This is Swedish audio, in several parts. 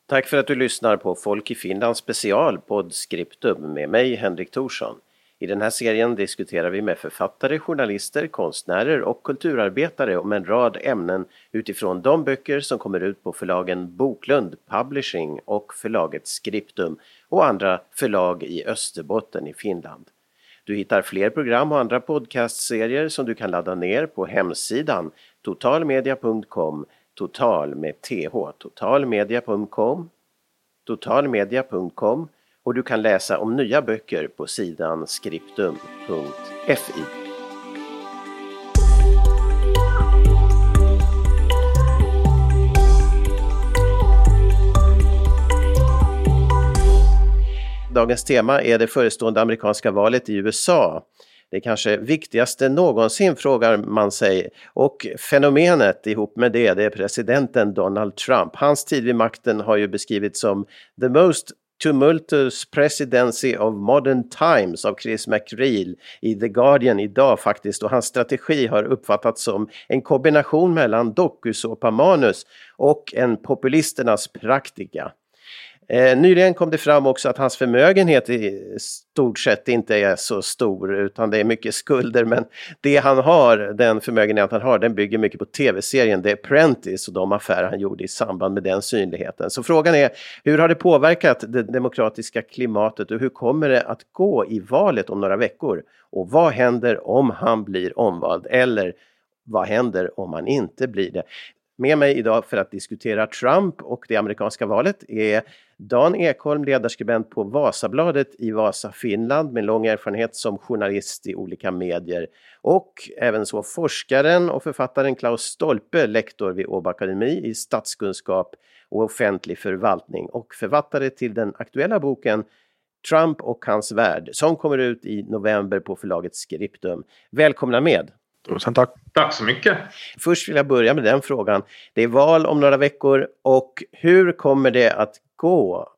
Tack för att du lyssnar på Folk i Finland special Podscriptum med mig Henrik Thorsson. I den här serien diskuterar vi med författare, journalister, konstnärer och kulturarbetare om en rad ämnen utifrån de böcker som kommer ut på förlagen Boklund, Publishing och förlaget Scriptum och andra förlag i Österbotten i Finland. Du hittar fler program och andra podcastserier som du kan ladda ner på hemsidan totalmedia.com, total med th, totalmedia.com och du kan läsa om nya böcker på sidan scriptum.fi. Dagens tema är det förestående amerikanska valet i USA. Det är kanske viktigaste någonsin, frågar man sig. Och fenomenet ihop med det är presidenten Donald Trump. Hans tid vid makten har ju beskrivits som the most tumultuous presidency of modern times av Chris McReal i The Guardian idag faktiskt. Och hans strategi har uppfattats som en kombination mellan dokusåpamanus och en populisternas praktika. Nyligen kom det fram också att hans förmögenhet i stort sett inte är så stor utan det är mycket skulder, men det han har, den förmögenhet han har, den bygger mycket på tv-serien The Apprentice och de affärer han gjorde i samband med den synligheten. Så frågan är, hur har det påverkat det demokratiska klimatet och hur kommer det att gå i valet om några veckor? Och vad händer om han blir omvald eller vad händer om han inte blir det? Med mig idag för att diskutera Trump och det amerikanska valet är Dan Ekholm, ledarskribent på Vasabladet i Vasa, Finland med lång erfarenhet som journalist i olika medier. Och även så forskaren och författaren Klaus Stolpe, lektor vid Åbo Akademi i statskunskap och offentlig förvaltning. Och författare till den aktuella boken Trump och hans värld som kommer ut i november på förlaget Scriptum. Välkomna med! Tusen tack. Tack så mycket. Först vill jag börja med den frågan. Det är val om några veckor och hur kommer det att gå?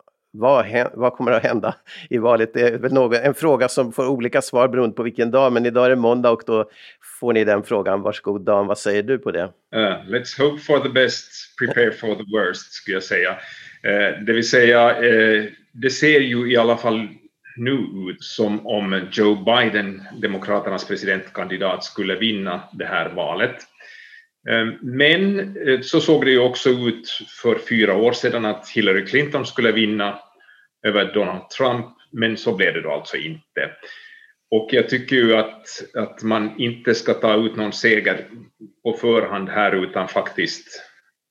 Vad kommer att hända i valet? Det är väl en fråga som får olika svar beroende på vilken dag, men idag är det måndag och då får ni den frågan. Varsågod Dan, vad säger du på det? Let's hope for the best, prepare for the worst, skulle jag säga. Det vill säga, det ser ju i alla fall nu ut som om Joe Biden, demokraternas presidentkandidat, skulle vinna det här valet. Men så såg det ju också ut för 4 år sedan att Hillary Clinton skulle vinna över Donald Trump, men så blev det då alltså inte. Och jag tycker ju att man inte ska ta ut någon seger på förhand här utan faktiskt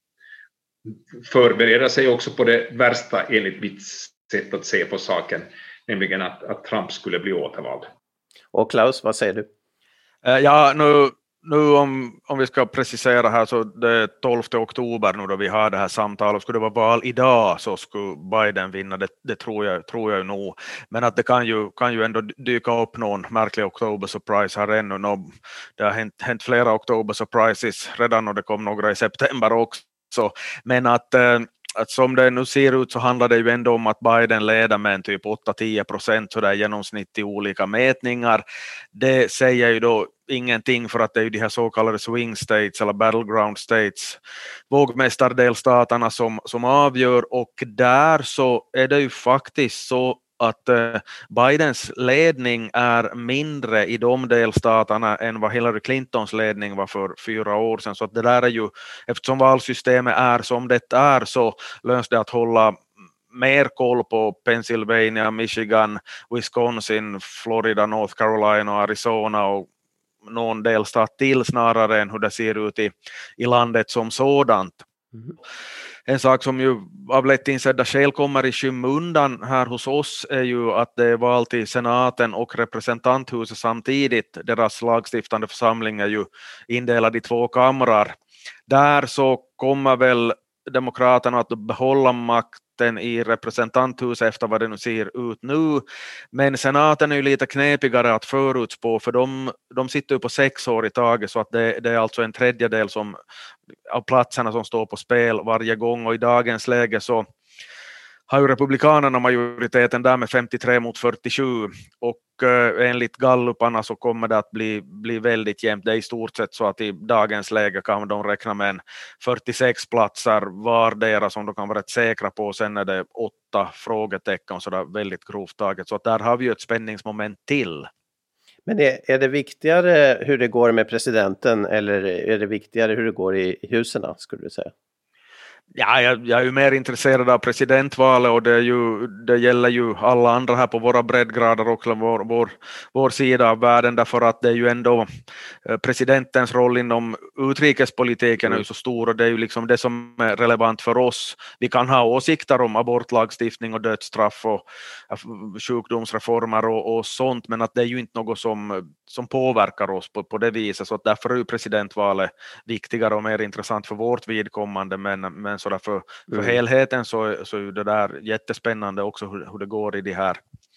förbereda sig också på det värsta enligt mitt sätt att se på saken. Nämligen att Trump skulle bli återvald. Och Klaus, vad säger du? Ja, nu om vi ska precisera här så det är 12 oktober nu då vi har det här samtalet. Skulle det vara val idag så skulle Biden vinna, det tror jag nog. Men att det kan ju ändå dyka upp någon märklig oktober-surprise här ännu. Det har hänt flera oktober-surprises redan och det kom några i september också. Men att som det nu ser ut så handlar det ju ändå om att Biden leder med en typ 8-10% så där genomsnitt i olika mätningar. Det säger ju då ingenting för att det är ju de här så kallade swing states eller battleground states, vågmästardelstaterna som avgör, och där så är det ju faktiskt så att Bidens ledning är mindre i de delstaterna än vad Hillary Clintons ledning var för 4 år sedan. Så att det där är ju, eftersom valsystemet är som det är så löns det att hålla mer koll på Pennsylvania, Michigan, Wisconsin, Florida, North Carolina och Arizona och någon delstat till snarare än hur det ser ut i landet som sådant. Mm. En sak som ju av lätt insedda skäl kommer i skymundan här hos oss är ju att det är val till senaten och representanthuset samtidigt. Deras lagstiftande församling är ju indelad i 2 kamrar. Där så kommer väl demokraterna att behålla makten i representanthuset efter vad det nu ser ut nu. Men senaten är ju lite knepigare att förutspå för de sitter ju på 6 år i taget, så att det är alltså en tredjedel av platserna som står på spel varje gång, och i dagens läge så har ju republikanerna majoriteten där med 53-47 och enligt galluparna så kommer det att bli väldigt jämnt. Det är i stort sett så att i dagens läge kan de räkna med en 46 platser vardera som de kan vara rätt säkra på, och sen är det 8 frågetecken så där väldigt grovt taget, så att där har vi ju ett spänningsmoment till. Men är det viktigare hur det går med presidenten eller är det viktigare hur det går i husen, skulle du säga? Ja, jag är ju mer intresserad av presidentvalet, och det gäller ju alla andra här på våra breddgrader och vår sida av världen, därför att det är ju ändå presidentens roll inom utrikespolitiken är ju så stor, och det är ju liksom det som är relevant för oss. Vi kan ha åsikter om abortlagstiftning och dödsstraff och sjukdomsreformer och sånt, men att det är ju inte något som påverkar oss på det viset, så att därför är ju presidentvalet viktigare och mer intressant för vårt vidkommande, men så där för helheten så är det där jättespännande också hur det går i de här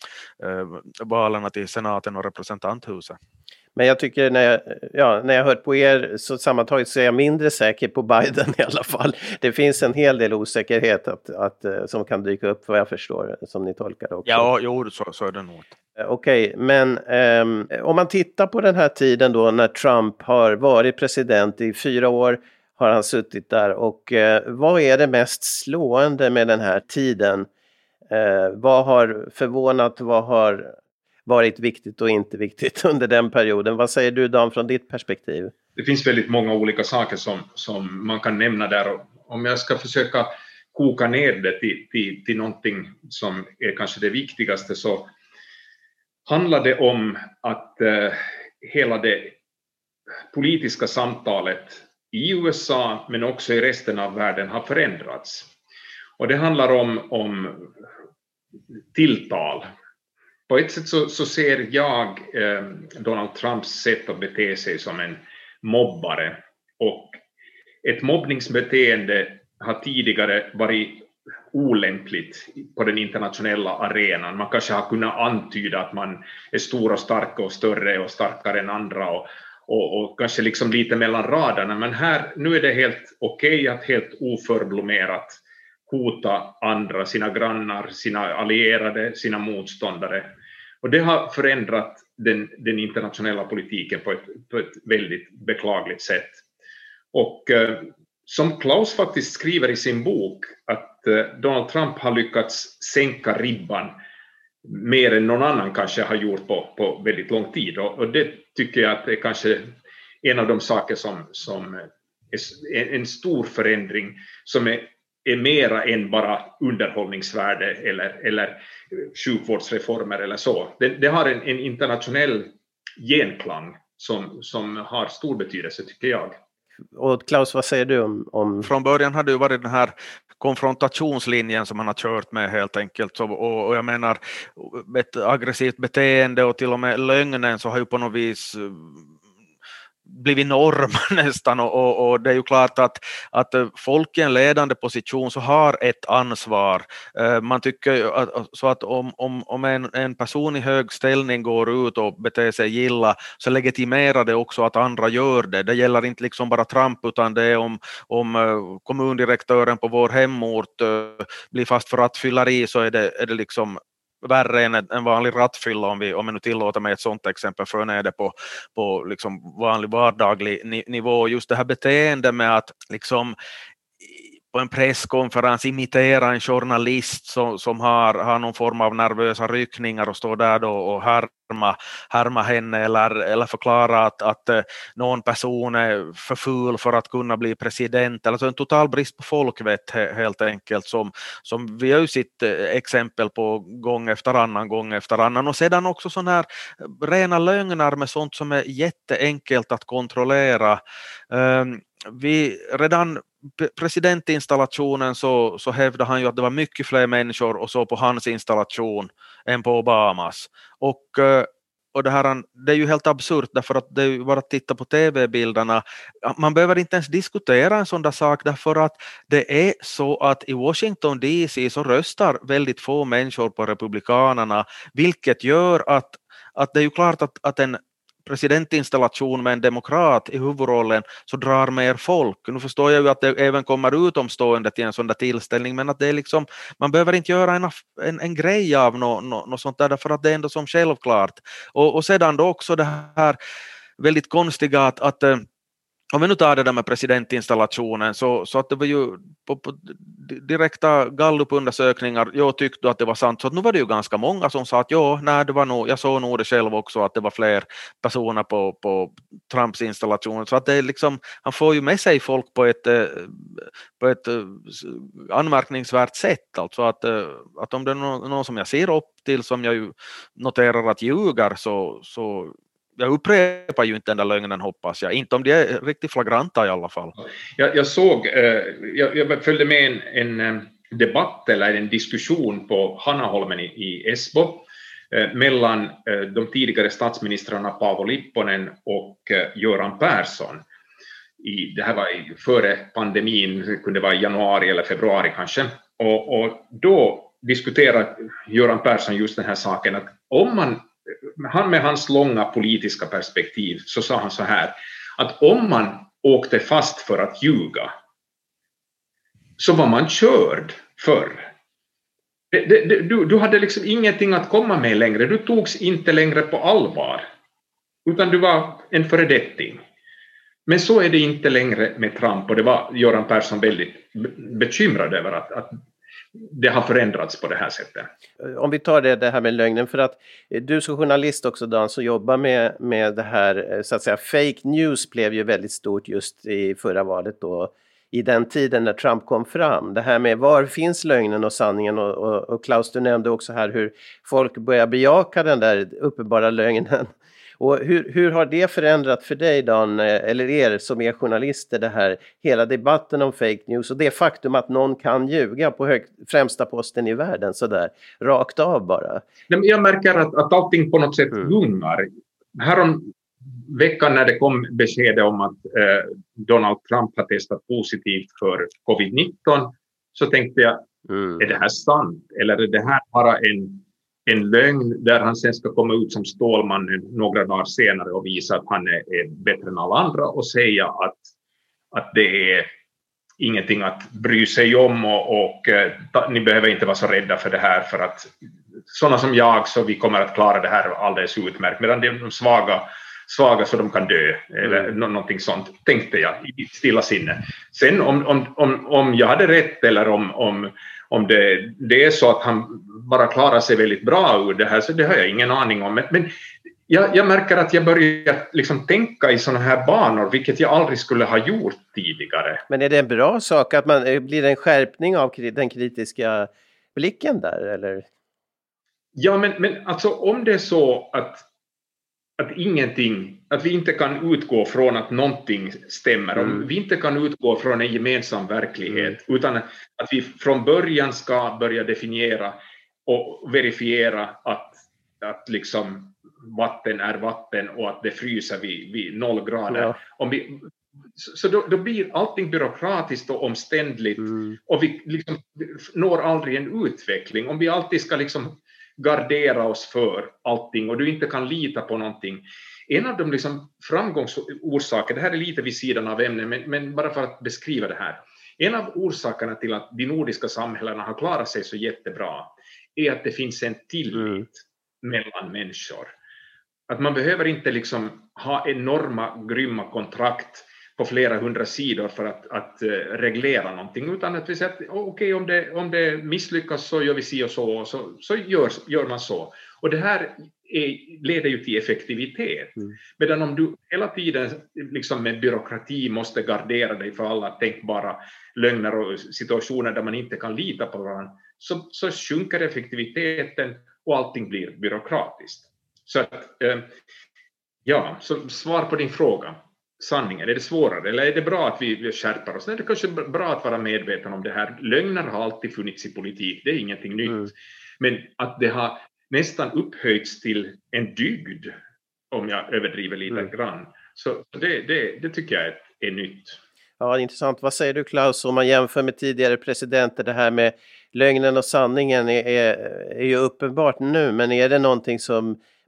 valen till senaten och representanthuset. Men jag tycker när jag hört på er så sammantaget så är jag mindre säker på Biden i alla fall. Det finns en hel del osäkerhet som kan dyka upp, vad jag förstår, som ni tolkar det också. Ja, jo, så är det nog. Okej, men om man tittar på den här tiden då när Trump har varit president i 4 år har han suttit där, och vad är det mest slående med den här tiden? Vad har förvånat, vad har varit viktigt och inte viktigt under den perioden? Vad säger du, Dan, från ditt perspektiv? Det finns väldigt många olika saker som man kan nämna där, och om jag ska försöka koka ner det till någonting som är kanske det viktigaste, så handlar det om att hela det politiska samtalet i USA men också i resten av världen har förändrats. Och det handlar om tilltal. På ett sätt så ser jag Donald Trumps sätt att bete sig som en mobbare. Och ett mobbningsbeteende har tidigare varit olämpligt på den internationella arenan. Man kanske har kunnat antyda att man är stor och stark och större och starkare än andra och kanske liksom lite mellan raderna. Men nu är det helt okej att helt oförblommerat hota andra, sina grannar, sina allierade, sina motståndare. Och det har förändrat den internationella politiken på ett väldigt beklagligt sätt. Och som Klaus faktiskt skriver i sin bok, att Donald Trump har lyckats sänka ribban mer än någon annan kanske har gjort på väldigt lång tid. Och det tycker jag att det är kanske en av de saker som är en stor förändring som är mera än bara underhållningsvärde eller sjukvårdsreformer eller så. Det har en internationell genklang som har stor betydelse, tycker jag. Och Klaus, vad säger du om... Från början hade det varit den här konfrontationslinjen som han har kört med helt enkelt. Och jag menar, ett aggressivt beteende och till och med lögnen så har ju på något vis blivit norm nästan, och det är ju klart att folk i en ledande position så har ett ansvar. Man tycker att om en person i hög ställning går ut och beter sig illa, så legitimerar det också att andra gör det. Det gäller inte liksom bara Trump, utan det är om kommundirektören på vår hemort blir fast för rattfylleri, så är det liksom värre än en vanlig rattfylla, om jag nu tillåter mig ett sånt exempel, för nu är det på liksom vanlig vardaglig nivå. Just det här beteendet med att liksom på en presskonferens imitera en journalist som har någon form av nervösa ryckningar och står där då och härma henne eller förklara att någon person är för ful för att kunna bli president, eller så en total brist på folkvett helt enkelt, som vi har ju sett exempel på gång efter annan, och sedan också sådana här rena lögner med sånt som är jätteenkelt att kontrollera. Redan presidentinstallationen så hävdade han ju att det var mycket fler människor och så på hans installation än på Obamas, och det är ju helt absurt, därför att det är ju bara att titta på tv-bilderna. Man behöver inte ens diskutera en sån där sak, därför att det är så att i Washington DC så röstar väldigt få människor på republikanerna, vilket gör att det är ju klart att en presidentinstallation med en demokrat i huvudrollen så drar mer folk. Nu förstår jag ju att det även kommer utomstående till en sån där tillställning, men att det är liksom, man behöver inte göra en grej av något sånt där, därför att det är ändå som självklart. Och sedan då också det här väldigt konstiga att om vi nu tar det där med presidentinstallationen så att det var ju på direkta gallupundersökningar, jag tyckte att det var sant, så att nu var det ju ganska många som sa att det var nog, jag såg nog det själv också, att det var fler personer på Trumps installation, så att det är liksom, han får ju med sig folk på ett anmärkningsvärt sätt, alltså att om det är någon som jag ser upp till, som jag ju noterar att ljuger, så jag upprepar ju inte den där lögnen, hoppas jag. Inte om de är riktigt flagranta i alla fall. Jag följde med en debatt eller en diskussion på Hanaholmen i Esbo mellan de tidigare statsministrarna Paavo Lipponen och Göran Persson. Det här var före pandemin, det kunde vara i januari eller februari kanske. Och då diskuterade Göran Persson just den här saken, att han med hans långa politiska perspektiv, så sa han så här, att om man åkte fast för att ljuga så var man körd förr. Du hade liksom ingenting att komma med längre, du togs inte längre på allvar, utan du var en föredetting. Men så är det inte längre med Trump, och det var Göran Persson väldigt bekymrad över att det har förändrats på det här sättet. Om vi tar det här med lögnen, för att du som journalist också, Dan, som jobbar med det här, så att säga, fake news blev ju väldigt stort just i förra valet då, i den tiden när Trump kom fram. Det här med var finns lögnen och sanningen, och Klaus, du nämnde också här hur folk börjar bejaka den där uppenbara lögnen. Och hur har det förändrat för dig, Dan, eller er som är journalister, det här hela debatten om fake news och det faktum att någon kan ljuga på främsta posten i världen sådär, rakt av bara? Jag märker att allting på något sätt gungar. Härom veckan när det kom besked om att Donald Trump har testat positivt för covid-19, så tänkte jag, är det här sant? Eller är det här bara en lögn där han sen ska komma ut som Stålmannen några dagar senare och visa att han är bättre än alla andra och säga att det är ingenting att bry sig om och ni behöver inte vara så rädda för det här, för att sådana som jag, så vi kommer att klara det här alldeles utmärkt, medan det är de svaga så de kan dö, eller någonting sånt, tänkte jag i stilla sinne. Sen om jag hade rätt, eller om det är så att han bara klarar sig väldigt bra ur det här, så det har jag ingen aning om. Men jag märker att jag börjar liksom tänka i sådana här banor, vilket jag aldrig skulle ha gjort tidigare. Men är det en bra sak att man blir en skärpning av den kritiska blicken där, eller? Ja, men alltså om det är så att vi inte kan utgå från att någonting stämmer, om vi inte kan utgå från en gemensam verklighet, utan att vi från början ska börja definiera och verifiera att liksom vatten är vatten och att det fryser vid 0 grader. Ja. Så då blir allting byråkratiskt och omständligt, och vi liksom når aldrig en utveckling. Om vi alltid ska liksom gardera oss för allting och du inte kan lita på någonting. En av de liksom framgångsorsaker, det här är lite vid sidan av ämnet, men bara för att beskriva det här. En av orsakerna till att de nordiska samhällena har klarat sig så jättebra är att det finns en tillit mellan människor. Att man behöver inte liksom ha enorma, grymma kontrakt på flera 100 sidor för att reglera någonting, utan att vi säger att okej, om det misslyckas så gör vi si och så gör man så. Och det här leder ju till effektivitet. Medan om du hela tiden liksom med byråkrati måste gardera dig för alla tänkbara lögner och situationer där man inte kan lita på varandra, så sjunker effektiviteten och allting blir byråkratiskt. Så att, så svar på din fråga. Sanningen, är det svårare eller är det bra att vi skärper oss? Det är kanske bra att vara medveten om det här. Lögner har alltid funnits i politik, det är ingenting nytt. Men att det har nästan upphöjts till en dygd, om jag överdriver lite grann. Så det tycker jag är nytt. Ja, intressant. Vad säger du, Klaus, om man jämför med tidigare presidenter? Det här med lögnen och sanningen är ju uppenbart nu, men är det någonting som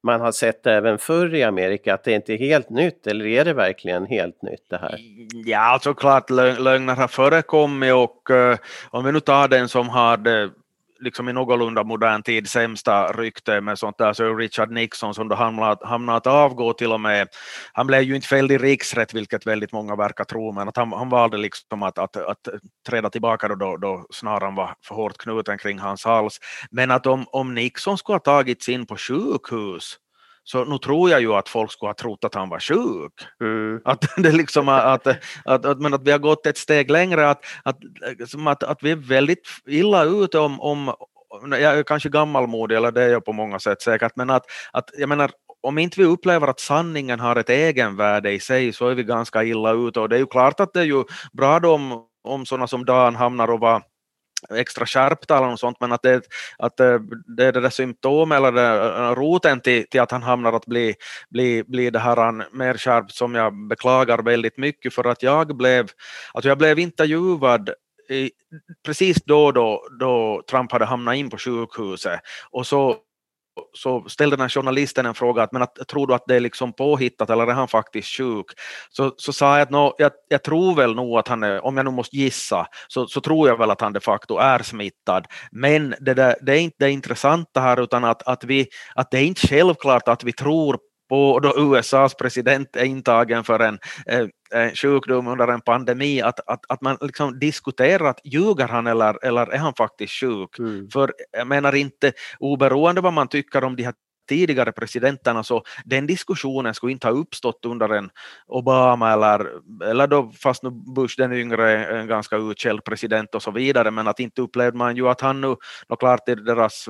man har sett även förr i Amerika, att det inte är helt nytt, eller är det verkligen helt nytt det här? Ja, alltså klart lögner har förekommit, och om vi nu tar den som hade liksom i någorlunda modern tid sämsta rykte med sånt där, så Richard Nixon, som då hamnade att avgå till och med. Han blev ju inte fälld i riksrätt, vilket väldigt många verkar tro, men att han valde liksom att träda tillbaka då snaran var för hårt knuten kring hans hals. Men att om Nixon skulle ha tagits in på sjukhus, så nu tror jag ju att folk skulle ha trott att han var sjuk. Att det liksom men att vi har gått ett steg längre, att vi är väldigt illa ute om jag är kanske gammalmodig, eller det är jag på många sätt säkert, men att jag menar, om inte vi upplever att sanningen har ett egenvärde i sig, så är vi ganska illa ute. Och det är ju klart att det är ju bra då om sådana som Dan hamnar och var extra skärpta eller något sånt, men att det är det där symptom eller roten till att han hamnar att bli det här mer skärpt, som jag beklagar väldigt mycket, för att jag blev intervjuad precis då Trump hade hamnat in på sjukhuset, och så ställde den här journalisten en fråga, men tror du att det är liksom påhittat, eller är han faktiskt sjuk? Så sa jag att jag tror väl nog att han är, om jag nu måste gissa, så tror jag väl att han de facto är smittad. Men det är inte det intressanta här, utan att det är inte självklart att vi tror på då USAs president är intagen för en sjukdom under en pandemi, att man liksom diskuterar att ljuger han eller är han faktiskt sjuk. För jag menar, inte oberoende vad man tycker om de här tidigare presidenterna, så den diskussionen skulle inte ha uppstått under en Obama eller då, fast nu Bush den yngre, en ganska utskälld president och så vidare, men att inte upplevde man ju att han nu klart är deras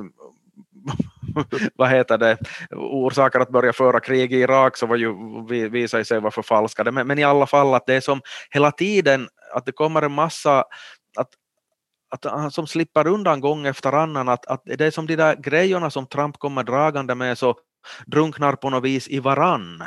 vad heter det, orsaker att börja föra krig i Irak, så var ju visade sig vara förfalskade, men i alla fall att det är som hela tiden att det kommer en massa att han som slipper undan gång efter annan, att det är som de där grejerna som Trump kommer dragande med, så drunknar på något vis i varann.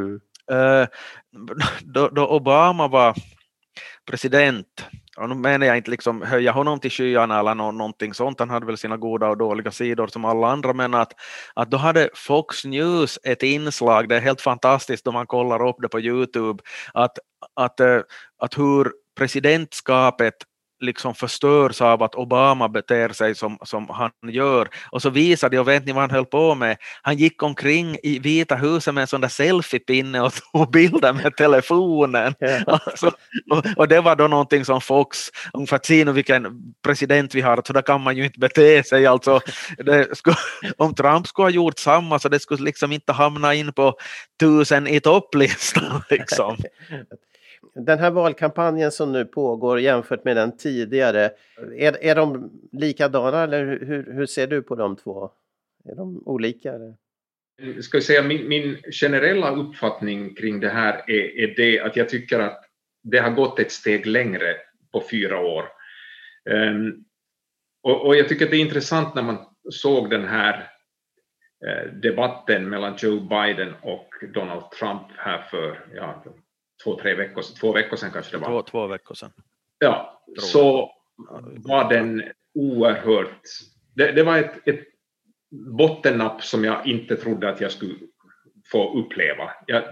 Då Obama var president, och nu menar jag inte liksom höja honom till skyarna eller någonting sånt, han hade väl sina goda och dåliga sidor som alla andra, men att då hade Fox News ett inslag, det är helt fantastiskt då man kollar upp det på YouTube, att hur presidentskapet liksom förstörs av att Obama beter sig som han gör, och så visade jag, och vet ni vad han höll på med? Han gick omkring i Vita huset med en sån där selfie-pinne och tog bilder med telefonen. Alltså, och det var då någonting som Fox, ungefär se nu vilken president vi har, så där kan man ju inte bete sig. Alltså, om Trump skulle ha gjort samma, så det skulle liksom inte hamna in på 1000 i topplistan liksom. Den här valkampanjen som nu pågår jämfört med den tidigare, är de likadana, eller hur ser du på de två? Är de olika? Eller? Ska jag säga, min generella uppfattning kring det här är det att jag tycker att det har gått ett steg längre på 4 år. Och jag tycker att det är intressant när man såg den här debatten mellan Joe Biden och Donald Trump här för 2 veckor sedan kanske det var. 2 veckor sedan. Ja, så var den oerhört... Det var ett bottennapp som jag inte trodde att jag skulle få uppleva.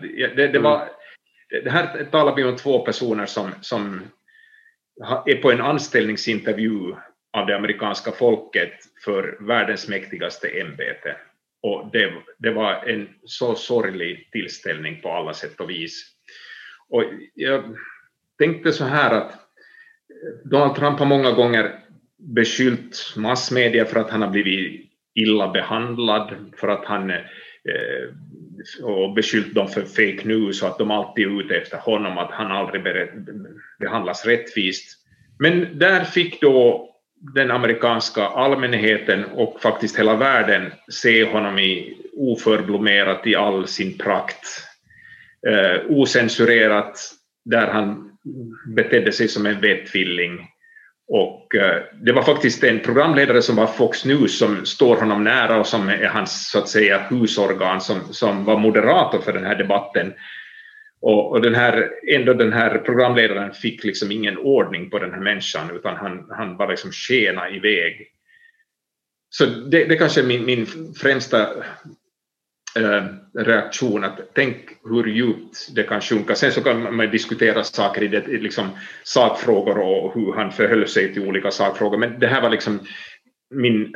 Det här talar vi om 2 personer som är på en anställningsintervju av det amerikanska folket för världens mäktigaste ämbete. Och det var en så sorglig tillställning på alla sätt och vis. Och jag tänkte så här att Donald Trump har många gånger beskyllt massmedia för att han har blivit illa behandlad, för att han och beskyllt dem för fake news och att de alltid är ute efter honom, att han aldrig behandlas rättvist. Men där fick då den amerikanska allmänheten och faktiskt hela världen se honom oförblommerat i all sin prakt. Ocensurerat, där han betedde sig som en vettvilling. Och det var faktiskt en programledare som var Fox News som står honom nära och som är hans så att säga husorgan som var moderator för den här debatten. Och den här programledaren fick liksom ingen ordning på den här människan, utan han bara liksom skena iväg. Så det kanske är min främsta reaktion att tänk hur djupt det kan sjunka. Sen så kan man diskutera saker i det, liksom sakfrågor och hur han förhöll sig till olika sakfrågor, men det här var liksom min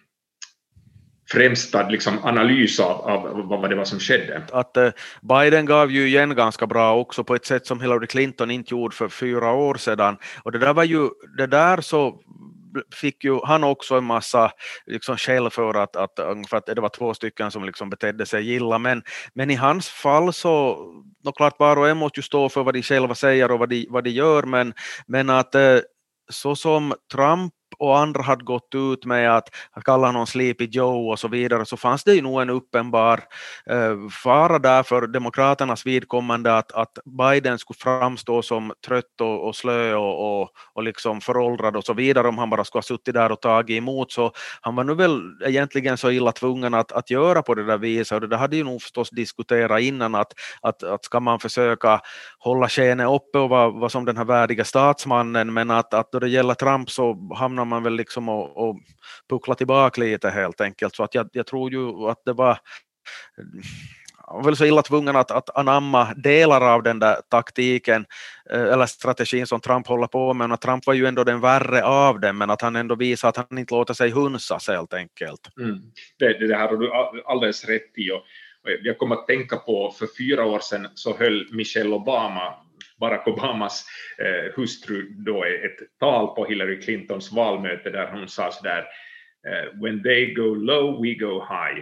främsta liksom analys av vad det var som skedde. Att Biden gav ju igen ganska bra också på ett sätt som Hillary Clinton inte gjorde för 4 år sedan, och det där så fick ju han också en massa liksom skäll för att det var 2 stycken som liksom betedde sig illa, men i hans fall så klart var och en måste ju stå för vad de själva säger och vad de gör, men att så som Trump och andra hade gått ut med att kalla honom Sleepy Joe och så vidare, så fanns det ju nog en uppenbar fara där för demokraternas vidkommande att Biden skulle framstå som trött och slö och liksom föråldrad och så vidare om han bara skulle ha suttit där och tagit emot. Så han var nu väl egentligen så illa tvungen att göra på det där viset, och det hade ju nog förstås diskuterat innan att ska man försöka hålla skenet uppe och vara som den här värdiga statsmannen, men att då det gäller Trump så hamnar man väl liksom och puckla tillbaka lite helt enkelt. Så att jag tror ju att det var väl så illa tvungen att anamma delar av den där taktiken eller strategin som Trump håller på med. Och Trump var ju ändå den värre av den, men att han ändå visar att han inte låter sig hunsas helt enkelt. Det här har du alldeles rätt i, och jag kommer att tänka på för 4 år sedan så höll Michelle Obama, Barack Obamas hustru, då ett tal på Hillary Clintons valmöte där hon sa så där: when they go low we go high.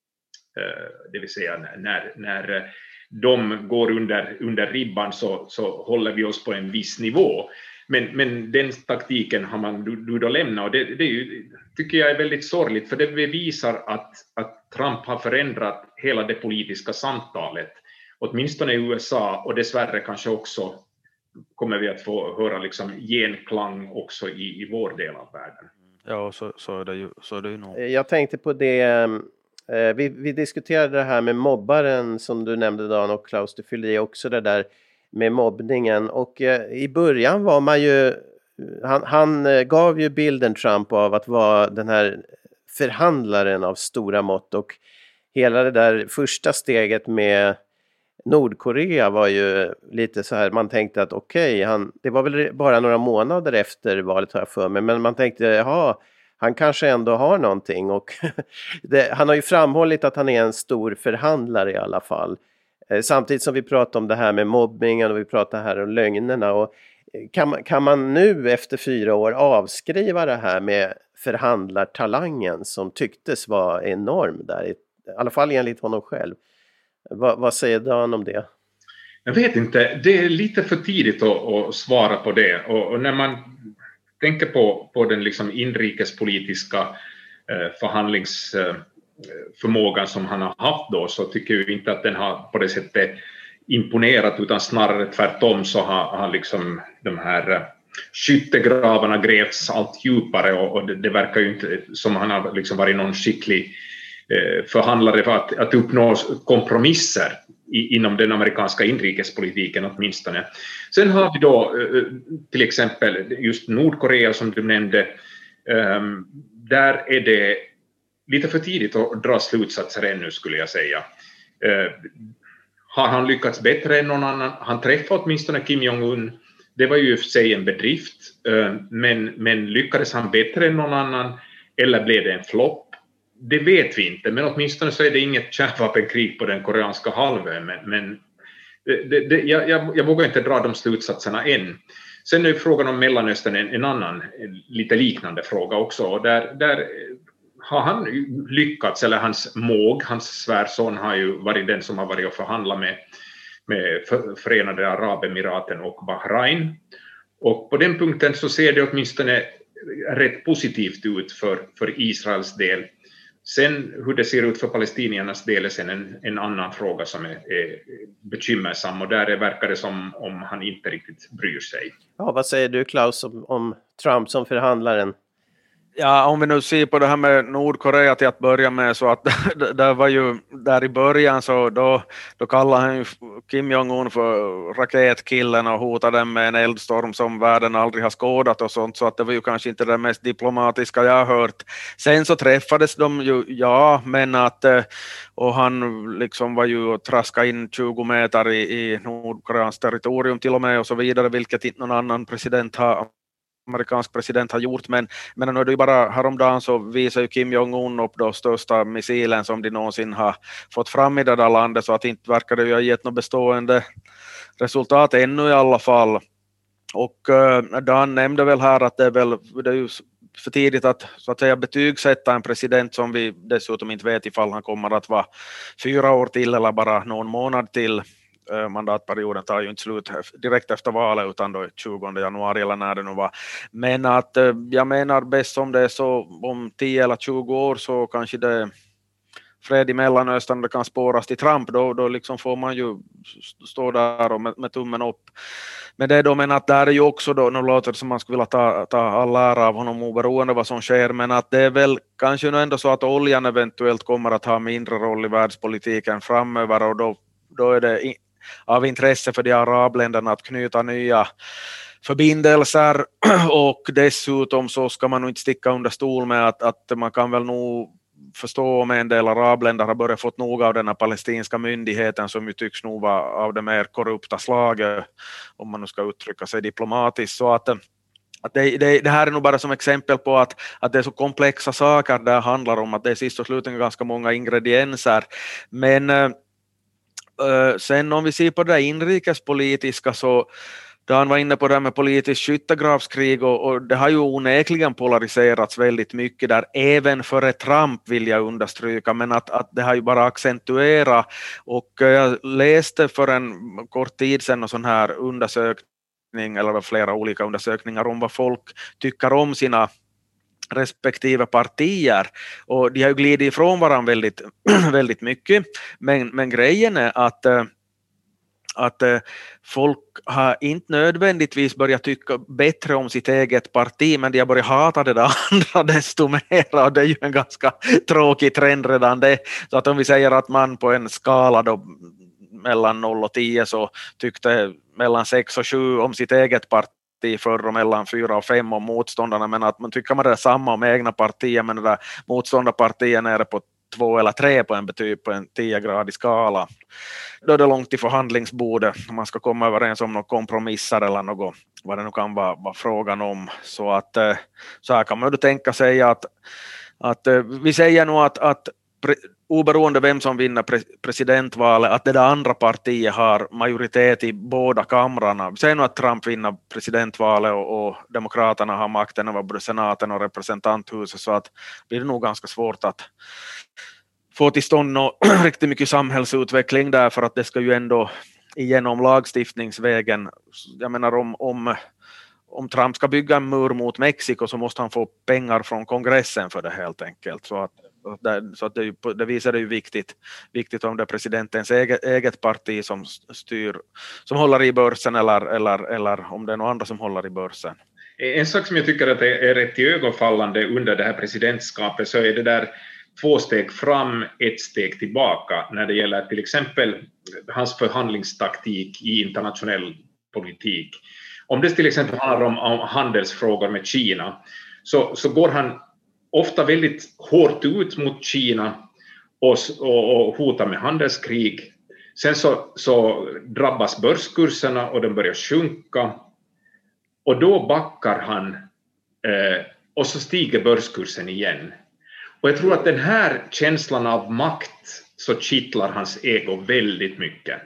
Det vill säga när de går under ribban så håller vi oss på en viss nivå. Men den taktiken har man då lämnat, och det tycker jag är väldigt sorgligt, för det bevisar att Trump har förändrat hela det politiska samtalet, åtminstone i USA, och dessvärre kanske också kommer vi att få höra liksom genklang också i vår del av världen. Ja, så är det ju nog. Jag tänkte på det, vi diskuterade det här med mobbaren som du nämnde, Dan, och Klaus, du fyllde i också det där med mobbningen, och i början var man ju, han gav ju bilden Trump av att vara den här förhandlaren av stora mått, och hela det där första steget med Nordkorea var ju lite så här, man tänkte att okej, det var väl bara några månader efter valet har jag för mig, men man tänkte, jaha, han kanske ändå har någonting, och han har ju framhållit att han är en stor förhandlare i alla fall. Samtidigt som vi pratar om det här med mobbningen och vi pratar här om lögnerna, och kan man nu efter 4 år avskriva det här med förhandlartalangen som tycktes vara enorm där, i alla fall enligt honom själv. Vad säger Dan om det? Jag vet inte, det är lite för tidigt att svara på det, och när man tänker på den liksom inrikespolitiska förhandlingsförmågan som han har haft då, så tycker jag inte att den har på det sättet imponerat, utan snarare tvärtom så har liksom de här skyttegravarna grävts allt djupare, och det verkar ju inte som han har liksom varit någon skicklig förhandlare för att uppnå kompromisser inom den amerikanska inrikespolitiken åtminstone. Sen har vi då till exempel just Nordkorea som du nämnde. Där är det lite för tidigt att dra slutsatser ännu, skulle jag säga. Har han lyckats bättre än någon annan? Han träffade åtminstone Kim Jong-Un. Det var ju i sig en bedrift, men lyckades han bättre än någon annan, eller blev det en flopp? Det vet vi inte, men åtminstone så är det inget kärnvapenkrig på den koreanska halvön, men jag vågar inte dra de slutsatserna än. Sen är frågan om Mellanöstern en annan lite liknande fråga också, och där har han lyckats, eller hans svärson har ju varit den som har varit och förhandlat med Förenade Arabemiraten och Bahrain, och på den punkten så ser det åtminstone rätt positivt ut för Israels del. Sen hur det ser ut för palestiniernas del är sen en annan fråga som är bekymmersam, och där verkar det som om han inte riktigt bryr sig. Ja, vad säger du, Klaus, om Trump som förhandlaren? Ja, om vi nu ser på det här med Nordkorea till att börja med, så att det var ju där i början, så då kallade han ju Kim Jong-Un för raketkillen och hotade dem med en eldstorm som världen aldrig har skådat och sånt, så att det var ju kanske inte det mest diplomatiska jag har hört. Sen så träffades de ju, ja, men att och han liksom var ju och traska in 20 meter i Nordkoreans territorium till och med och så vidare, vilket inte någon annan amerikansk president har gjort, men nu är det ju bara häromdagen så visar ju Kim Jong-Un upp då största missilen som de någonsin har fått fram i det där landet, så att inte verkar det ju ha gett något bestående resultat ännu i alla fall. Och Dan nämnde väl här att det är ju för tidigt att så att säga betygsätta en president som vi dessutom inte vet ifall han kommer att vara 4 år till eller bara någon månad till. Mandatperioden tar ju inte slut direkt efter valet utan då 20 januari eller när det nu var. Men att jag menar bäst som det är så om 10 eller 20 år så kanske det fred i Mellanöstern det kan spåras till Trump, då liksom får man ju stå där och med tummen upp. Men det är då, men att där är ju också då, nu låter det som man skulle vilja ta all ära av honom oberoende vad som sker, men att det är väl kanske nu ändå så att oljan eventuellt kommer att ha mindre roll i världspolitiken framöver, och då är det av intresse för de arabländerna att knyta nya förbindelser, och dessutom så ska man nog inte sticka under stol med att man kan väl nog förstå om en del arabländer har börjat fått nog av den här palestinska myndigheten som ju tycks nog vara av det mer korrupta slaget, om man nu ska uttrycka sig diplomatiskt. Så att det här är nog bara som exempel på att det är så komplexa saker det handlar om, att det är sist och slutligen ganska många ingredienser. Men sen om vi ser på det inrikespolitiska, så då han var inne på det här med politiskt skyttegravskrig, och det har ju onekligen polariserats väldigt mycket där, även före Trump vill jag understryka, men att det har ju bara accentuerat. Och jag läste för en kort tid sedan en sån här undersökning, eller flera olika undersökningar om vad folk tycker om sina respektive partier, och de har ju glidit ifrån varandra väldigt, väldigt mycket, men grejen är att folk har inte nödvändigtvis börjat tycka bättre om sitt eget parti, men de har börjat hata det där andra desto mer, och det är ju en ganska tråkig trend redan det. Så att om vi säger att man på en skala då mellan 0 och 10 så tyckte mellan 6 och 7 om sitt eget parti förr och mellan 4 och 5 om motståndarna, men att man tycker man det är samma om egna partier, men det där motståndarpartiet är på 2 eller 3 på en 10-gradig skala. Då är det långt till förhandlingsbordet om man ska komma överens om några kompromisser eller något, vad det nu kan vara frågan om. Så att så här kan man ju tänka sig att vi säger nog att oberoende vem som vinner presidentvalet, att det där andra partiet har majoritet i båda kamrarna. Säg nu att Trump vinner presidentvalet och demokraterna har makten över både senaten och representanthuset, så att blir det nog ganska svårt att få till stånd riktigt mycket samhällsutveckling där, för att det ska ju ändå igenom lagstiftningsvägen. Jag menar om Trump ska bygga en mur mot Mexiko så måste han få pengar från kongressen för det helt enkelt. Så att det visar det ju viktigt om det är presidentens eget parti som styr, som håller i börsen eller om det är några andra som håller i börsen. En sak som jag tycker att är rätt ögonfallande under det här presidentskapet, så är det där 2 steg fram, 1 steg tillbaka när det gäller till exempel hans förhandlingstaktik i internationell politik. Om det till exempel handlar om handelsfrågor med Kina, så går han ofta väldigt hårt ut mot Kina och hotar med handelskrig. Sen så drabbas börskurserna och de börjar sjunka, och då backar han och så stiger börskursen igen. Och jag tror att den här känslan av makt så kittlar hans ego väldigt mycket.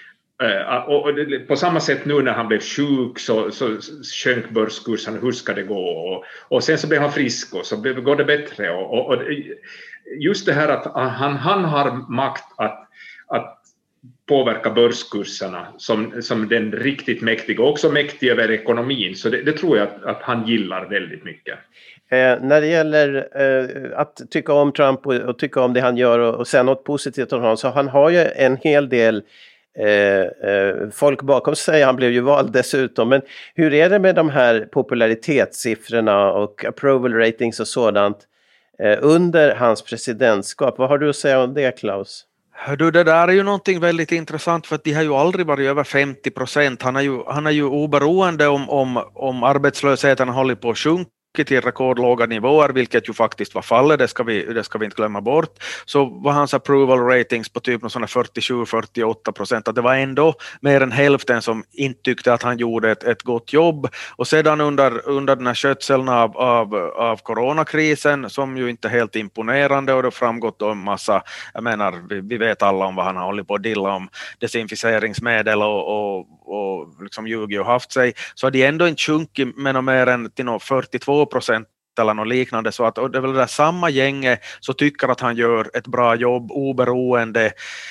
Och på samma sätt nu när han blev sjuk så sjönk börskursen, hur ska det gå? Och sen så blev han frisk och så går det bättre. Och just det här att han har makt att påverka börskurserna som den riktigt mäktiga, och också mäktig över ekonomin. Så det tror jag att han gillar väldigt mycket. När det gäller att tycka om Trump och tycka om det han gör och säga något positivt om honom, så han har ju en hel del folk bakom sig. Han blev ju vald dessutom. Men hur är det med de här popularitetssiffrorna och approval ratings och sådant under hans presidentskap? Vad har du att säga om det, Klaus? Du, det där är ju någonting väldigt intressant, för att de har ju aldrig varit över 50%. Han är ju oberoende om arbetslösheten håller på att sjunka till rekordlåga nivåer, vilket ju faktiskt var fallet, det ska vi inte glömma bort, så var hans approval ratings på typ 47-48%, att det var ändå mer än hälften som inte tyckte att han gjorde ett gott jobb. Och sedan under den här skötseln av coronakrisen, som ju inte är helt imponerande, och det har framgått en massa, jag menar, vi vet alla om vad han har hållit på att dilla om, desinficeringsmedel och liksom ljugit och haft sig, så har de ändå inte sjunkit med mer än till 42% eller något liknande, så att, och det är väl det där samma gänge så tycker att han gör ett bra jobb oberoende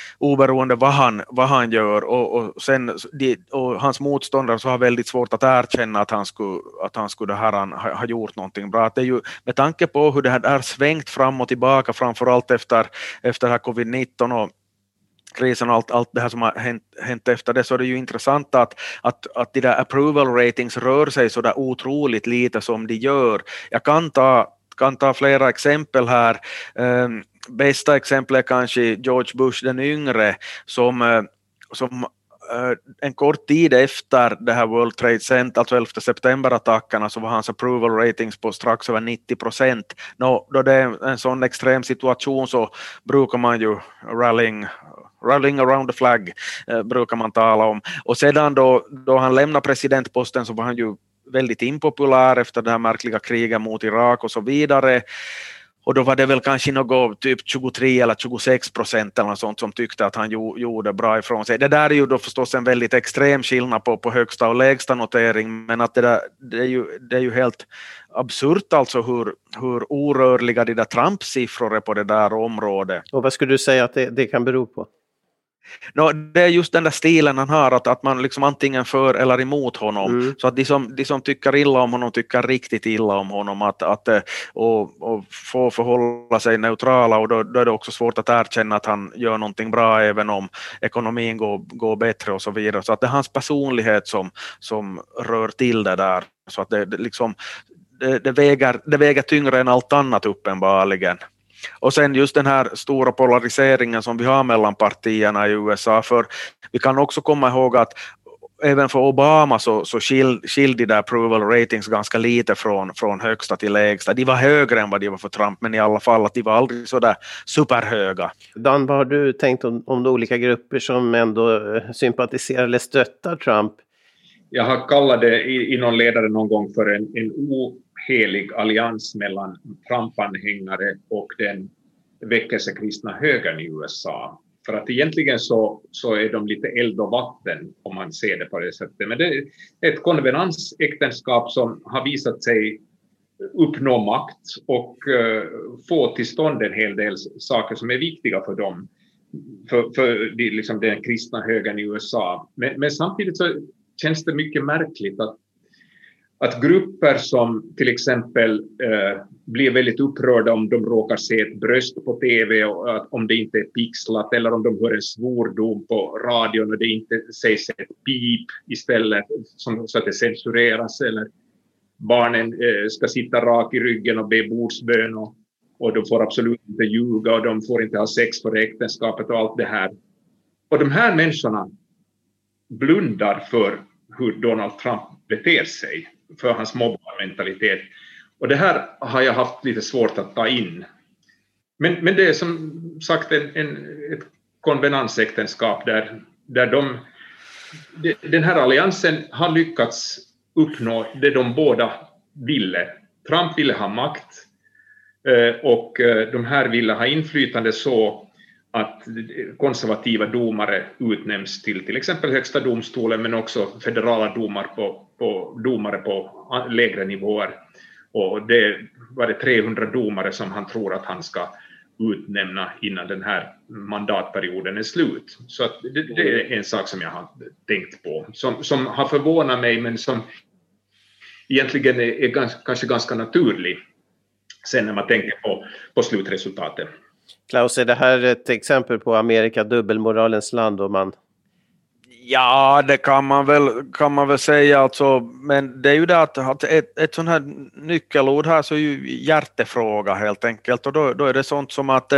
vad han gör, och sen och hans motståndare så har väldigt svårt att erkänna att han skulle ha gjort någonting bra. Att det är ju, med tanke på hur det här är svängt fram och tillbaka, framförallt efter det här covid-19 och krisen och allt det här som har hänt efter det, så är det ju intressant att de där approval ratings rör sig så där otroligt lite som de gör. Jag kan ta flera exempel här. Bästa exempel är kanske George Bush den yngre, som en kort tid efter det här World Trade Center, alltså 11 september-attackerna, så var hans approval ratings på strax över 90%. Då det är en sån extrem situation så brukar man ju rallying around the flag brukar man tala om. Och sedan då han lämnade presidentposten så var han ju väldigt impopulär efter det här märkliga kriget mot Irak och så vidare. Och då var det väl kanske något typ 23 eller 26% eller något sånt som tyckte att han gjorde bra ifrån sig. Det där är ju då förstås en väldigt extrem skillnad på högsta och lägsta notering, men att det är ju helt absurt alltså hur orörliga de där Trump-siffror är på det där området. Och vad skulle du säga att det kan bero på? Det är just den där stilen han har, att man liksom antingen för eller emot honom. Så att de som tycker illa om honom tycker riktigt illa om honom, och få förhålla sig neutrala, och då är det också svårt att erkänna att han gör någonting bra även om ekonomin går bättre och så vidare. Så att det är hans personlighet som rör till det där, så att det väger tyngre än allt annat uppenbarligen. Och sen just den här stora polariseringen som vi har mellan partierna i USA, för vi kan också komma ihåg att även för Obama så skilde de approval ratings ganska lite från högsta till lägsta. De var högre än vad de var för Trump, men i alla fall att de var aldrig så där superhöga. Dan, vad har du tänkt om de olika grupper som ändå sympatiserar eller stöttar Trump? Jag har kallat det i någon ledare någon gång för en ohelig allians mellan Trump-anhängare och den väckelsekristna högern i USA. För att egentligen så är de lite eld och vatten om man ser det på det sättet. Men det är ett konvenansäktenskap som har visat sig uppnå makt och få till stånd en hel del saker som är viktiga för dem. För liksom den kristna högern i USA. Men samtidigt så känns det mycket märkligt att grupper som till exempel blir väldigt upprörda om de råkar se ett bröst på tv, och om det inte är pixlat, eller om de hör en svordom på radion och det inte sägs ett pip istället så att det censureras, eller barnen ska sitta rak i ryggen och be bordsbön, och de får absolut inte ljuga, och de får inte ha sex för äktenskapet och allt det här. Och de här människorna blundar för hur Donald Trump beter sig, för hans mobbarmentalitet. Och det här har jag haft lite svårt att ta in. Men det är som sagt ett konvenansäktenskap där den här alliansen har lyckats uppnå det de båda ville. Trump ville ha makt, och de här ville ha inflytande så att konservativa domare utnämns till exempel högsta domstolen, men också federala domare på lägre nivåer. Och det var det 300 domare som han tror att han ska utnämna innan den här mandatperioden är slut. Så att det är en sak som jag har tänkt på, som har förvånat mig, men som egentligen är kanske ganska naturlig sen när man tänker på slutresultatet. Klaus, är det här ett exempel på Amerika dubbelmoralens land, om man Ja, det kan man väl säga alltså, men det är ju det att ett sån här nyckelord här så är ju hjärtefråga helt enkelt, och då är det sånt som att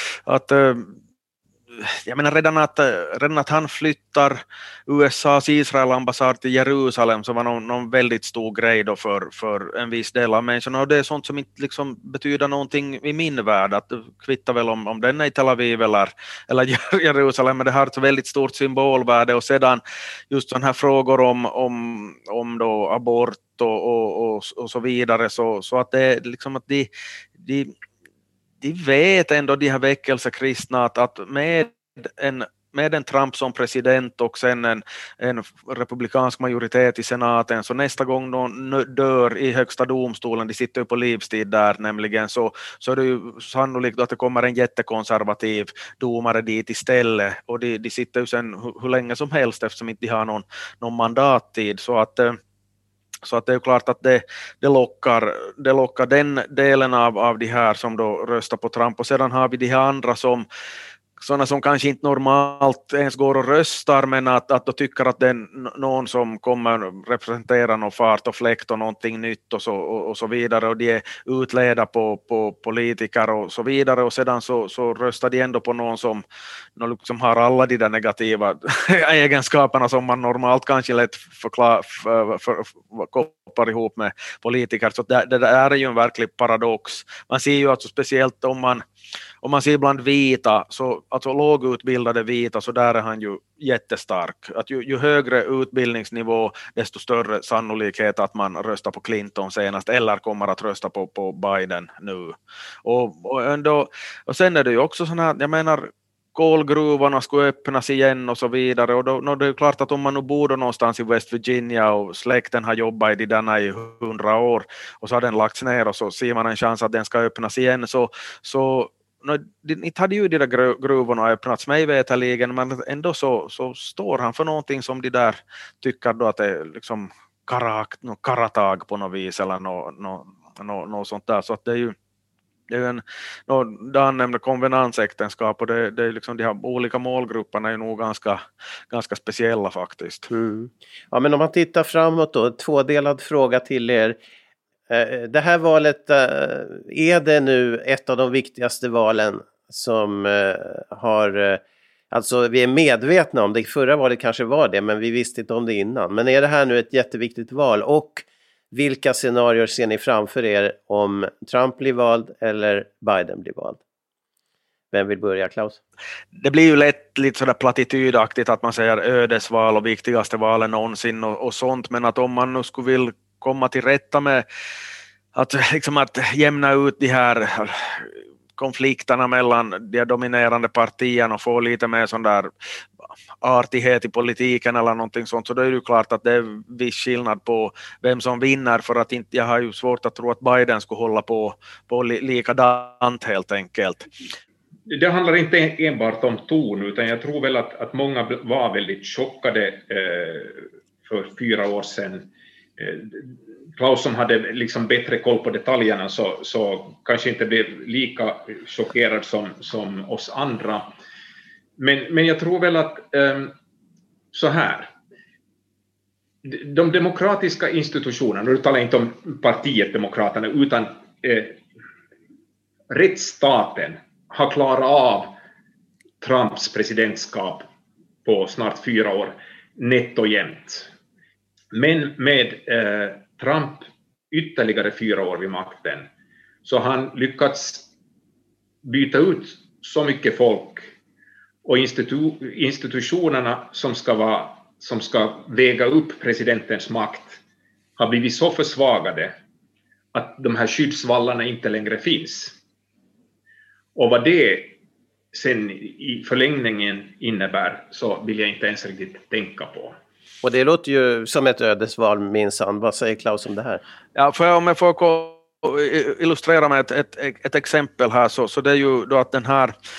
jag menar redan att han flyttar USAs Israel-ambassad till Jerusalem, så var någon väldigt stor grej då för en viss del av människorna, och det är sånt som inte liksom betyder någonting i min värld, att det kvittar väl om den är i Tel Aviv eller Jerusalem, men det har ett väldigt stort symbolvärde. Och sedan just sådana här frågor om då abort och så vidare, så att det är liksom att de vet ändå, de här väckelsekristna, att med en Trump som president och sen en republikansk majoritet i senaten, så nästa gång någon dör i högsta domstolen, de sitter ju på livstid där nämligen, så är det ju sannolikt att det kommer en jättekonservativ domare dit istället, och de sitter ju sen hur länge som helst eftersom inte de har någon mandattid, så att det är klart att det lockar den delen av de här som då röstar på Trump. Och sedan har vi de här andra sådana som kanske inte normalt ens går och röstar, men att då tycker att det är någon som kommer representera någon fart och fläkt och någonting nytt och så vidare, och de är utledda på politiker och så vidare, och sedan så röstar de ändå på någon som liksom har alla de där negativa egenskaperna som man normalt kanske lätt kopplar ihop med politiker. Så det där är ju en verklig paradox. Man ser ju alltså speciellt om man ser bland vita, så alltså lågutbildade vita, så där är han ju jättestark. Att ju högre utbildningsnivå, desto större sannolikhet att man röstar på Clinton senast eller kommer att rösta på Biden nu. Och sen är det ju också sådana här, jag menar, kolgruvorna skulle öppnas igen och så vidare, och då det är ju klart att om man nu bor någonstans i West Virginia och släkten har jobbat i denna i 100 år och så har den lagts ner, och så ser man en chans att den ska öppnas igen, så inte hade ju de där gruvorna öppnats mig vetaligen, men ändå så står han för någonting som de där tycker då att det är liksom karatag på något vis eller något sånt där, så att det är ju Dan nämnde konvenansäktenskap, och det är liksom de här olika målgrupperna är nog ganska speciella faktiskt. Ja, men om man tittar framåt då, tvådelad fråga till er. Det här valet, är det nu ett av de viktigaste valen som har, alltså vi är medvetna om det, förra valet kanske var det, men vi visste inte om det innan. Men är det här nu ett jätteviktigt val, och vilka scenarier ser ni framför er om Trump blir vald eller Biden blir vald? Vem vill börja, Klaus? Det blir ju lätt lite sådär platitydaktigt att man säger ödesval och viktigaste valen någonsin och sånt, men att om man nu skulle vilja komma till rätta med att jämna ut de här konflikterna mellan de dominerande partierna och få lite mer sån där artighet i politiken eller någonting sånt, så då är det ju klart att det är viss skillnad på vem som vinner, för att inte, jag har ju svårt att tro att Biden skulle hålla på likadant helt enkelt. Det handlar inte enbart om ton, utan jag tror väl att många var väldigt chockade för 4 år sedan. Klaus som hade liksom bättre koll på detaljerna så kanske inte blev lika chockerad som oss andra. Men jag tror väl att så här. De demokratiska institutionerna, nu talar jag inte om partiet Demokraterna, utan rättsstaten har klarat av Trumps presidentskap på snart 4 år nätt och jämnt. Men med Trump ytterligare 4 år vid makten så har han lyckats byta ut så mycket folk, och institutionerna som ska väga upp presidentens makt har blivit så försvagade att de här skyddsvallarna inte längre finns. Och vad det sen i förlängningen innebär så vill jag inte ens riktigt tänka på. Och det låter ju som ett ödesval minsann. Vad säger Klaus om det här? Ja, om jag får illustrera med ett exempel här, så det är ju då att den här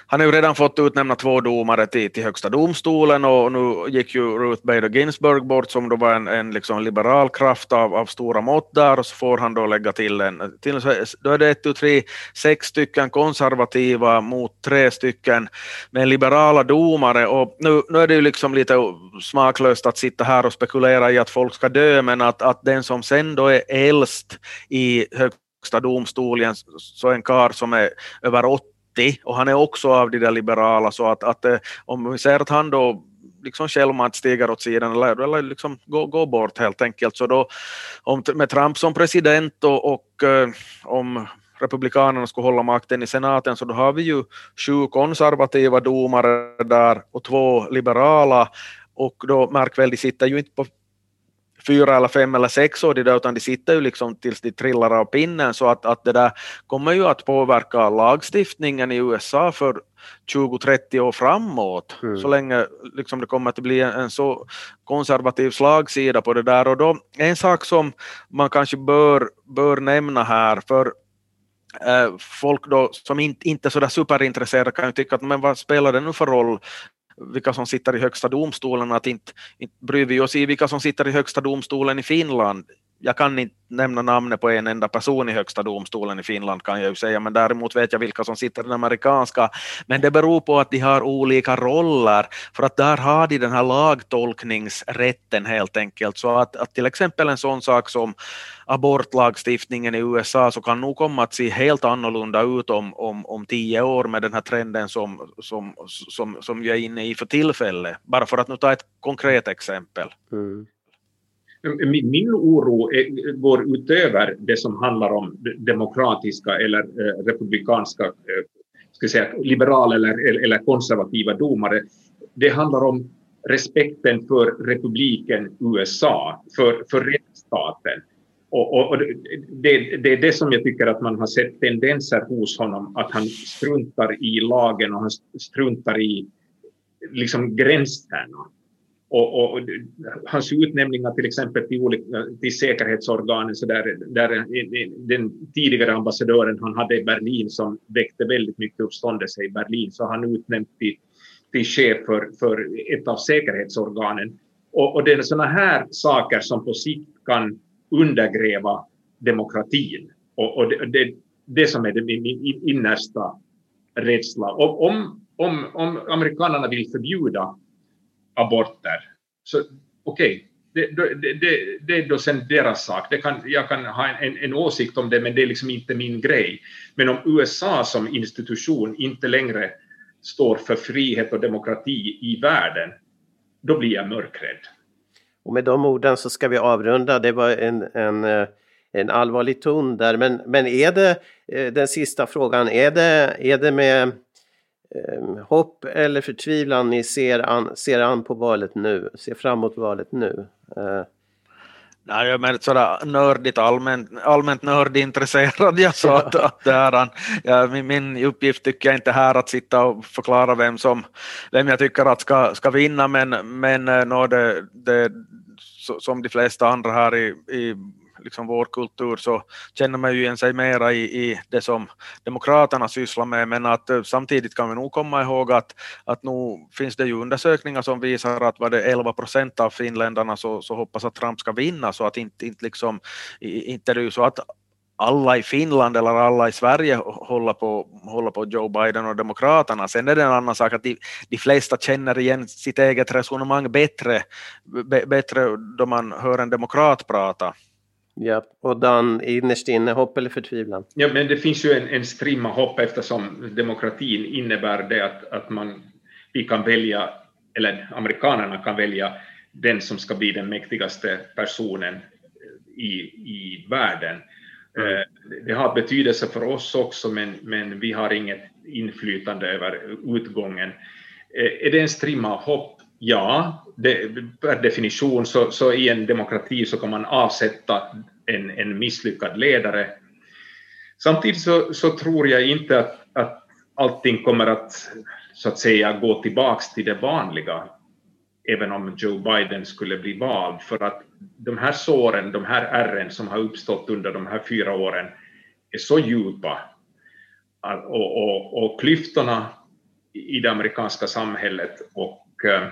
Han har ju redan fått utnämna 2 domare till högsta domstolen, och nu gick ju Ruth Bader Ginsburg bort som då var en liksom liberal kraft av stora mått där, och så får han då lägga till då är det 1, 2, 3, 6 stycken konservativa mot 3 stycken med liberala domare, och nu är det ju liksom lite smaklöst att sitta här och spekulera i att folk ska dö, men att den som sen då är äldst i högsta domstolen så en karl som är över 80, och han är också av de där liberala, så att om vi ser att han då liksom självmant stiger åt sidan eller liksom gå bort helt enkelt, så då med Trump som president och om republikanerna skulle hålla makten i senaten, så då har vi ju 7 konservativa domare där och 2 liberala, och då märk väl, de sitter ju inte på 4 eller 5 eller 6 år där, utan de sitter ju liksom tills de trillar av pinnen, så att det där kommer ju att påverka lagstiftningen i USA för 20-30 år framåt, så länge liksom det kommer att bli en så konservativ slagsida på det där. Och då en sak som man kanske bör nämna här, för folk då som inte är så där superintresserade kan ju tycka att men vad spelar det nu för roll vilka som sitter i högsta domstolen, att inte bryr vi oss i vilka som sitter i högsta domstolen i Finland. Jag kan inte nämna namnet på en enda person i högsta domstolen i Finland, kan jag ju säga, men däremot vet jag vilka som sitter i den amerikanska. Men det beror på att de har olika roller, för att där har de den här lagtolkningsrätten helt enkelt, så att till exempel en sån sak som abortlagstiftningen i USA så kan nog komma att se helt annorlunda ut om 10 år med den här trenden som vi är inne i för tillfället, bara för att nu ta ett konkret exempel. Min oro går utöver det som handlar om demokratiska eller republikanska, ska säga, liberala eller konservativa domare. Det handlar om respekten för republiken USA, för rättsstaten. Och det är det som jag tycker att man har sett tendenser hos honom, att han struntar i lagen och han struntar i liksom gränserna. Och hans utnämningar till exempel till säkerhetsorganen, så där den tidigare ambassadören han hade i Berlin som väckte väldigt mycket uppståndelse i Berlin, så han utnämnt till chef för ett av säkerhetsorganen. Och det är sådana här saker som på sikt kan undergräva demokratin. Och det som är min innersta rädsla. Om amerikanerna vill förbjuda aborter, så okej, det är då sen deras sak. Jag kan ha en åsikt om det, men det är liksom inte min grej. Men om USA som institution inte längre står för frihet och demokrati i världen, då blir jag mörkrädd. Och med de orden så ska vi avrunda. Det var en allvarlig ton där. Men är det den sista frågan, är det med hopp eller förtvivlan ni ser an på valet nu, ser framåt valet nu? Nej, jag är sådär nördigt, allmänt nördintresserad. Jag sa att det här, min uppgift tycker jag inte här att sitta och förklara vem jag tycker att ska vinna, men det som de flesta andra här i liksom vår kultur, så känner man ju igen sig mera i det som demokraterna sysslar med, men att samtidigt kan vi nog komma ihåg att nu finns det ju undersökningar som visar att 11% av finländarna så hoppas att Trump ska vinna, så att inte är det ju så att alla i Finland eller alla i Sverige håller på Joe Biden och demokraterna. Sen är det en annan sak att de flesta känner igen sitt eget resonemang bättre då man hör en demokrat prata. Ja, och Dan, innerst inne, hopp eller förtvivlan? Ja, men det finns ju en strimma hopp, eftersom demokratin innebär det att vi kan välja, eller amerikanerna kan välja den som ska bli den mäktigaste personen i världen. Det har betydelse för oss också, men vi har inget inflytande över utgången. Är det en strimma hopp? Ja, per definition så i en demokrati så kan man avsätta en misslyckad ledare. Samtidigt så tror jag inte att allting kommer att, så att säga, gå tillbaks till det vanliga, även om Joe Biden skulle bli vald, för att de här såren, de här ärren som har uppstått under de här 4 åren är så djupa, och klyftorna i det amerikanska samhället, och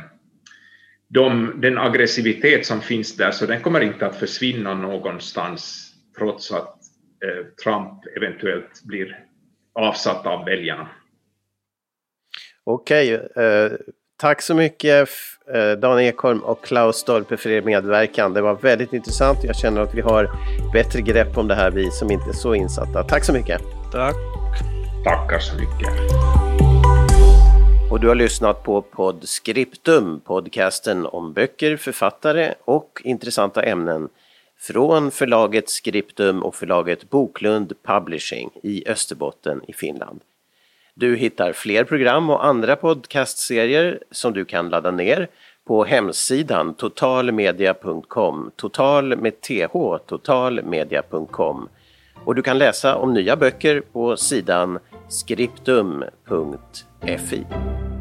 den aggressivitet som finns där, så den kommer inte att försvinna någonstans trots att Trump eventuellt blir avsatt av väljarna. Okej, tack så mycket Dan Ekholm och Klaus Stolpe för er medverkan. Det var väldigt intressant. Jag känner att vi har bättre grepp om det här, vi som inte är så insatta. Tack så mycket. Tack. Tackar så mycket. Och du har lyssnat på Podscriptum, podcasten om böcker, författare och intressanta ämnen från förlaget Scriptum och förlaget Boklund Publishing i Österbotten i Finland. Du hittar fler program och andra podcastserier som du kan ladda ner på hemsidan totalmedia.com, total med th, totalmedia.com. Och du kan läsa om nya böcker på sidan scriptum.fi.